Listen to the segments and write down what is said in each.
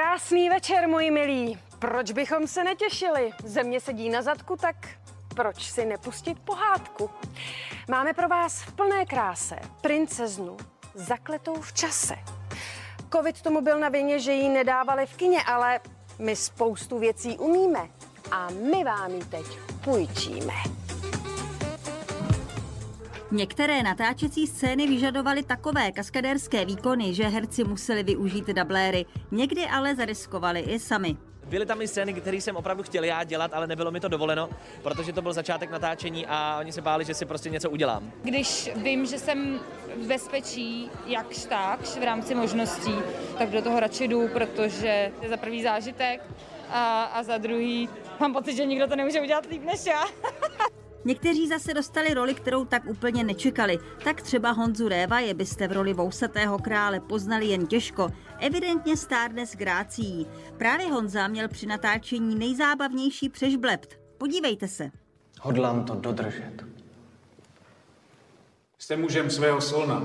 Krásný večer, moji milí. Proč bychom se netěšili? Země sedí na zadku, tak proč si nepustit pohádku? Máme pro vás v plné kráse princeznu zakletou v čase. Covid tomu byl na vině, že ji nedávali v kině, ale my spoustu věcí umíme a my vám ji teď půjčíme. Některé natáčecí scény vyžadovaly takové kaskadérské výkony, že herci museli využít dubléry. Někdy ale zariskovali i sami. Byly tam i scény, které jsem opravdu chtěl já dělat, ale nebylo mi to dovoleno, protože to byl začátek natáčení a oni se báli, že si prostě něco udělám. Když vím, že jsem v bezpečí jakž takž v rámci možností, tak do toho radši jdu, protože je za prvý zážitek a za druhý mám pocit, že nikdo to nemůže udělat líp než já. Někteří zase dostali roli, kterou tak úplně nečekali. Tak třeba Honzu Réva je byste v roli vousatého krále poznali jen těžko. Evidentně stárne s grácií. Právě Honza měl při natáčení nejzábavnější přežblebt. Podívejte se. Hodlám to dodržet. Jste mužem svého slona.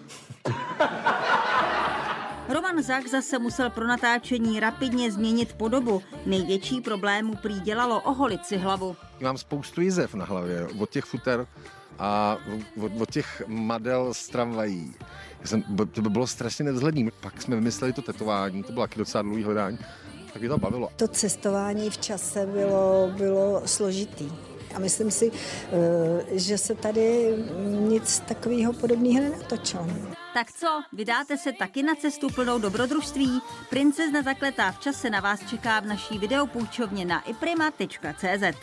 Roman Zach zase musel pro natáčení rapidně změnit podobu. Největší problém mu prý dělalo oholit si hlavu. Mám spoustu jizev na hlavě, od těch futer a od těch madel z tramvají. To by bylo strašně nevzhledný. Pak jsme vymysleli to tetování, to bylo taky docela dlouhý hledání, tak mě to bavilo. To cestování v čase bylo složitý. A myslím si, že se tady nic takového podobného nenatočilo. Tak co, vydáte se taky na cestu plnou dobrodružství? Princezna zakletá v čase na vás čeká v naší videopůjčovně na iprima.cz.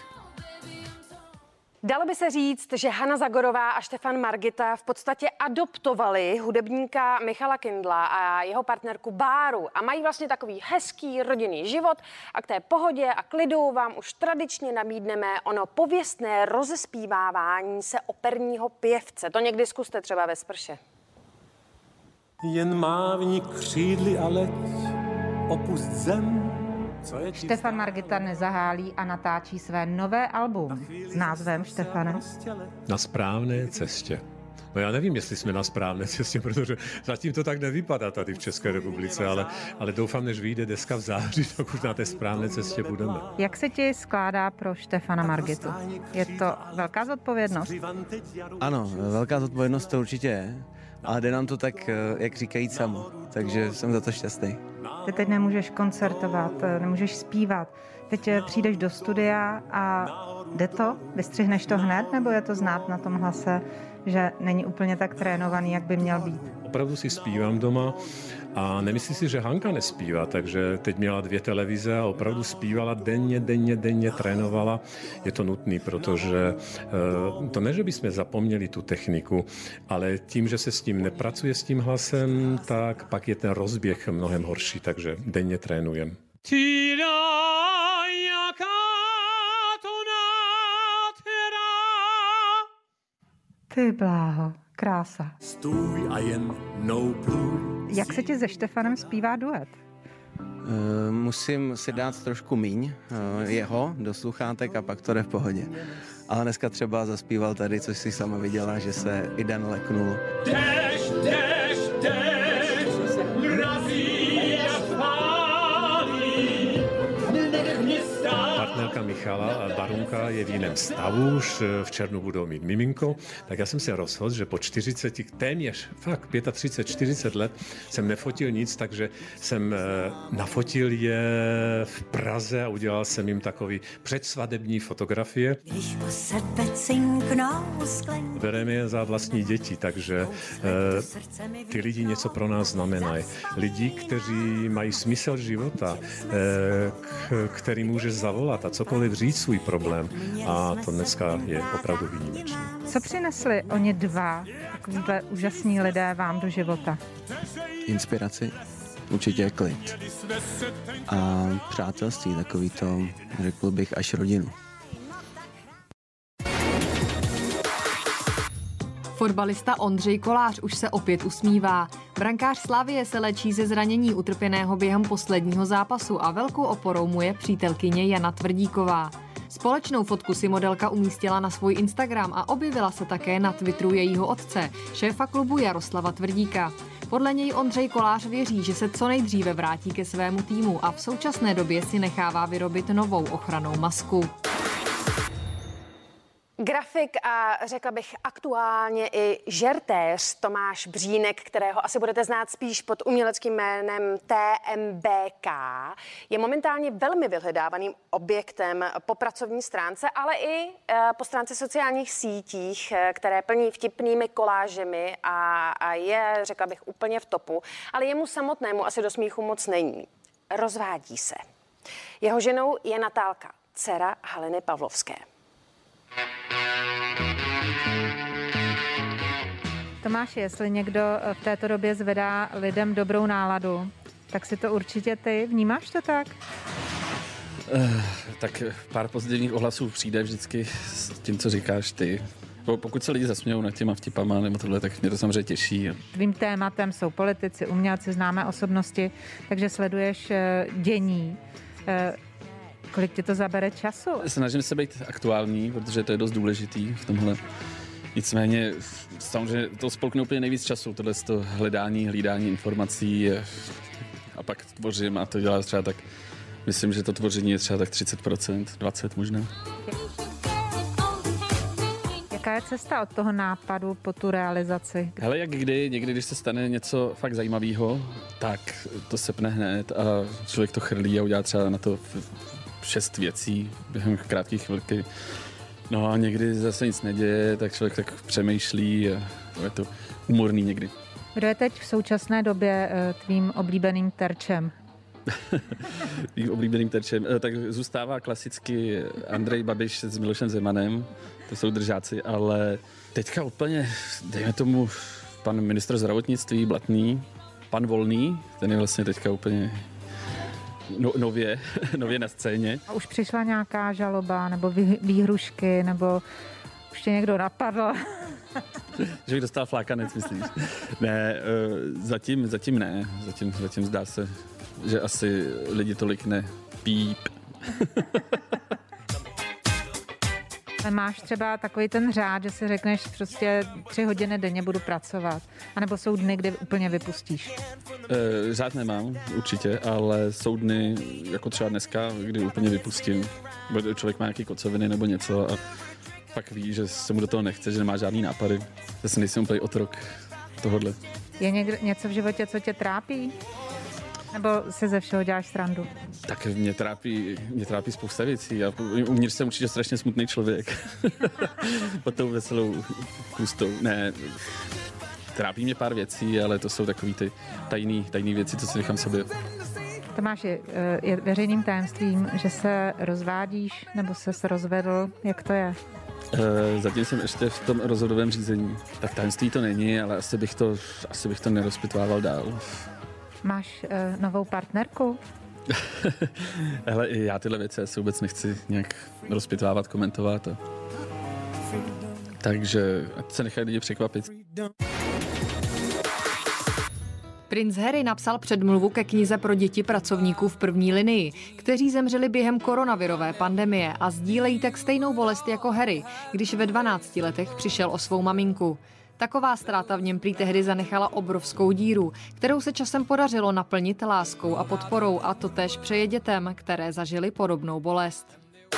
Dalo by se říct, že Hana Zagorová a Štefan Margita v podstatě adoptovali hudebníka Michala Kindla a jeho partnerku Báru a mají vlastně takový hezký rodinný život a k té pohodě a klidu vám už tradičně nabídneme ono pověstné rozespívávání se operního pěvce. To někdy zkuste třeba ve sprše. Jen mávni křídly a leď, opust zem. Štefan Margita nezahálí a natáčí své nové album s názvem, Štefane? Na správné cestě. No já nevím, jestli jsme na správné cestě, protože zatím to tak nevypadá tady v České republice, ale doufám, než vyjde deska v září, tak už na té správné cestě budeme. Jak se ti skládá pro Štefana Margitu? Je to velká zodpovědnost? Ano, velká zodpovědnost to určitě je, ale jde nám to tak, jak říkají samo, takže jsem za to šťastný. Ty teď nemůžeš koncertovat, nemůžeš zpívat. Teď přijdeš do studia a jde to? Vystřihneš to hned, nebo je to znát na tom hlase, že není úplně tak trénovaný, jak by měl být? Opravdu si zpívám doma a nemyslím si, že Hanka nespívá, takže teď měla 2 televize a opravdu zpívala denně, trénovala. Je to nutný, protože to ne, že bychom zapomněli tu techniku, ale tím, že se s tím nepracuje s tím hlasem, tak pak je ten rozběh mnohem horší, takže denně trénujem. Ty bláho, krása. Stůj a jen mnou plůj. Jak se ti se Štefanem zpívá duet? Musím si dát trošku míň jeho do sluchátek a pak to jde v pohodě. Ale dneska třeba zaspíval tady, což si sama viděla, že se i Dan leknul. Déšť, mrazí a spálí. Partnerka Michala a Barunka je v jiném stavu, už v červnu budou mít miminko, tak já jsem se rozhodl, že po 40, téměř fakt 35-40 let jsem nefotil nic, takže jsem nafotil je v Praze a udělal jsem jim takový předsvadební fotografie. Bereme je za vlastní děti, takže ty lidi něco pro nás znamenají. Lidi, kteří mají smysl života, který můžeš zavolat a cokoliv říct svůj problém. A to dneska je opravdu výjimečné. Co přinesli oni dva takovýhle úžasní lidé vám do života? Inspiraci, určitě klid. A přátelství, takový to, řekl bych, až rodinu. Fotbalista Ondřej Kolář už se opět usmívá. Brankář Slavie se léčí ze zranění utrpěného během posledního zápasu a velkou oporou mu je přítelkyně Jana Tvrdíková. Společnou fotku si modelka umístila na svůj Instagram a objevila se také na Twitteru jejího otce, šéfa klubu Jaroslava Tvrdíka. Podle něj Ondřej Kolář věří, že se co nejdříve vrátí ke svému týmu a v současné době si nechává vyrobit novou ochrannou masku. Grafik a řekla bych aktuálně i žertéř Tomáš Břínek, kterého asi budete znát spíš pod uměleckým jménem TMBK, je momentálně velmi vyhledávaným objektem po pracovní stránce, ale i po stránce sociálních sítích, které plní vtipnými kolážemi a je, řekla bych, úplně v topu, ale jemu samotnému asi do smíchu moc není. Rozvádí se. Jeho ženou je Natálka, dcera Haliny Pavlovské. Tomáši, jestli někdo v této době zvedá lidem dobrou náladu, tak si to určitě ty. Vnímáš to tak? Tak pár pozitivních ohlasů přijde vždycky s tím, co říkáš ty. Pokud se lidi zasmějou nad těma vtipama nebo tohle, tak mě to samozřejmě těší. Tvým tématem jsou politici, umělci, známé osobnosti, takže sleduješ dění. Kolik ti to zabere času? Snažím se být aktuální, protože to je dost důležitý v tomhle. Nicméně samozřejmě to spolkne úplně nejvíc času, tohle to hlídání informací a pak tvořím a to dělá třeba tak, myslím, že to tvoření je třeba tak 30%, 20% možná. Jaká je cesta od toho nápadu po tu realizaci? Hele, jak někdy, když se stane něco fakt zajímavého, tak to sepne hned a člověk to chrlí a udělá třeba na to 6 věcí během krátké chvilky. No a někdy zase nic neděje, tak člověk tak přemýšlí a je to humorný někdy. Kdo je teď v současné době tvým oblíbeným terčem? Mým oblíbeným terčem? Tak zůstává klasicky Andrej Babiš s Milošem Zemanem, to jsou držáci, ale teďka úplně, dejme tomu, pan ministr zdravotnictví Blatný, pan Volný, ten je vlastně teďka úplně nově na scéně. A už přišla nějaká žaloba nebo výhrušky, nebo už tě někdo napadl? Že bych dostal flákanec, myslíš? Ne, zatím ne. Zatím zdá se, že asi lidi tolik nepíp. Máš třeba takový ten řád, že si řekneš prostě 3 hodiny denně budu pracovat, anebo jsou dny, kdy úplně vypustíš? Řád nemám, určitě, ale jsou dny, jako třeba dneska, kdy úplně vypustím. Člověk má nějaký kocoviny nebo něco a pak ví, že se mu do toho nechce, že nemá žádný nápady. Zase nejsem úplně otrok tohodle. Je něco v životě, co tě trápí? Nebo si ze všeho děláš srandu? Tak mě trápí spousta věcí a uvnitř jsem určitě strašně smutný člověk. Pod tou veselou chůstou. Ne, trápí mě pár věcí, ale to jsou takový ty tajný věci, co si nechám sobě. Tomáši, je veřejným tajemstvím, že se rozvádíš nebo se rozvedl? Jak to je? Zatím jsem ještě v tom rozhodovém řízení. Tak tajemství to není, ale asi bych to nerozpitvával dál. Máš novou partnerku? Hele, já tyhle věci asi vůbec nechci nějak rozpitvávat, komentovat. Takže ať se nechají lidi překvapit. Princ Harry napsal předmluvu ke knize pro děti pracovníků v první linii, kteří zemřeli během koronavirové pandemie a sdílejí tak stejnou bolest jako Harry, když ve 12 letech přišel o svou maminku. Taková ztráta v něm prý tehdy zanechala obrovskou díru, kterou se časem podařilo naplnit láskou a podporou, a to též přeje dětem, které zažily podobnou bolest.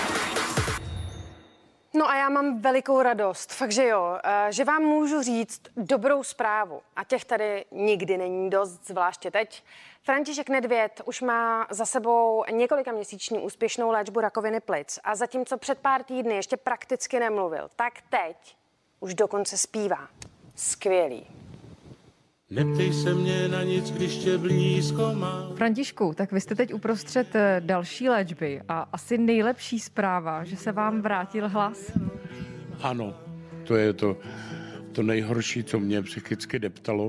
No a já mám velikou radost, fakt že jo, že vám můžu říct dobrou zprávu. A těch tady nikdy není dost, zvláště teď. František Nedvěd už má za sebou několikaměsíční úspěšnou léčbu rakoviny plic. A zatímco před pár týdny ještě prakticky nemluvil, tak teď už dokonce zpívá. Skvělý. Neptej se mě na nic, když tě blízko mám. Františku, tak vy jste teď uprostřed další léčby a asi nejlepší zpráva, že se vám vrátil hlas. Ano, to je to nejhorší, co mě psychicky deptalo.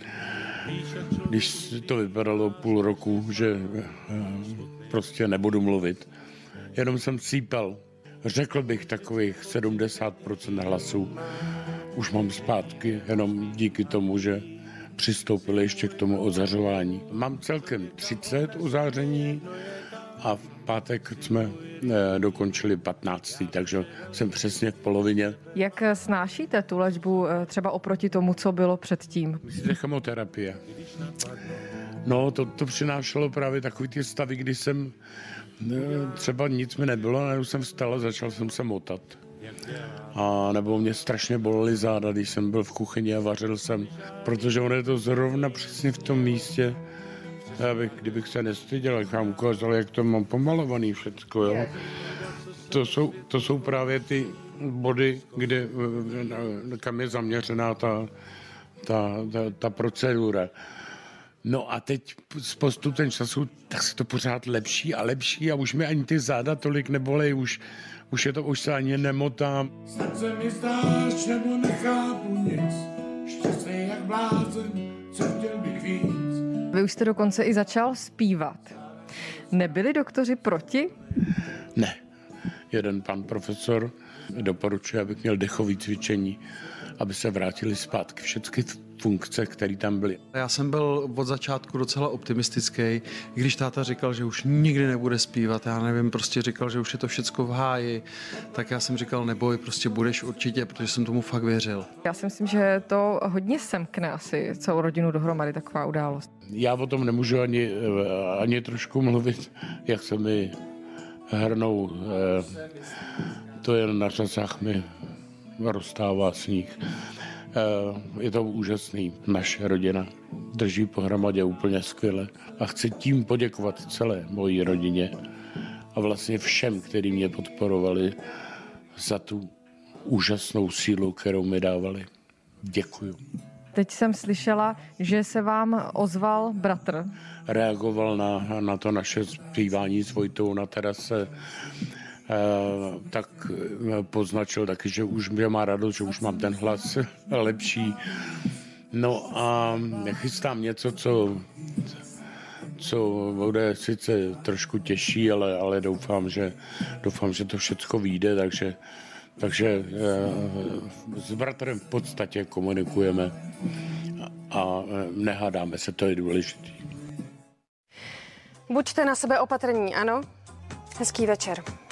Když to vypadalo půl roku, že prostě nebudu mluvit. Jenom jsem cípal. Řekl bych takových 70% hlasů. Už mám zpátky, jenom díky tomu, že přistoupili ještě k tomu ozařování. Mám celkem 30 ozáření a v pátek jsme dokončili 15. Takže jsem přesně v polovině. Jak snášíte tu léčbu třeba oproti tomu, co bylo předtím? Myslíte chemoterapie? No, to přinášelo právě takový ty stavy, kdy jsem třeba nic mi nebylo, najednou jsem vstal a začal jsem se motat. A nebo mě strašně bolely záda, když jsem byl v kuchyni a vařil jsem, protože ono je to zrovna přesně v tom místě, kdybych se nestyděl, jak vám ukázal, jak to mám pomalovaný všecko, jo. To jsou právě ty body, kde, kam je zaměřená ta procedura. No a teď s postupem času, tak se to pořád lepší a lepší a už mi ani ty záda tolik nebolej, už se ani nemotám. Snad se mi zdáš, nebo nechápu nic, šťastný jak blázen, co chtěl bych víc. Vy už jste dokonce i začal zpívat. Nebyli doktoři proti? Ne. Jeden pan profesor doporučuje, abych měl dechové cvičení, aby se vrátili zpátky všechny funkce, které tam byly. Já jsem byl od začátku docela optimistický, když táta říkal, že už nikdy nebude zpívat, já nevím, prostě říkal, že už je to všecko v háji, tak já jsem říkal, neboj, prostě budeš určitě, protože jsem tomu fakt věřil. Já si myslím, že to hodně semkne asi celou rodinu dohromady, taková událost. Já o tom nemůžu ani trošku mluvit, jak se mi hrnou, to jen na řasách mi roztává sníh. Je to úžasný. Naše rodina drží pohromadě úplně skvěle a chci tím poděkovat celé mojí rodině a vlastně všem, kteří mě podporovali za tu úžasnou sílu, kterou mi dávali. Děkuju. Teď jsem slyšela, že se vám ozval bratr. Reagoval na to naše zpívání s Vojtou na terase, tak poznačil taky, že už mě má radost, že už mám ten hlas lepší. No a chystám něco, co bude sice trošku těžší, ale doufám, že to všechno vyjde, takže s bratrem v podstatě komunikujeme a nehádáme se, to je důležité. Buďte na sebe opatrní, ano? Hezký večer.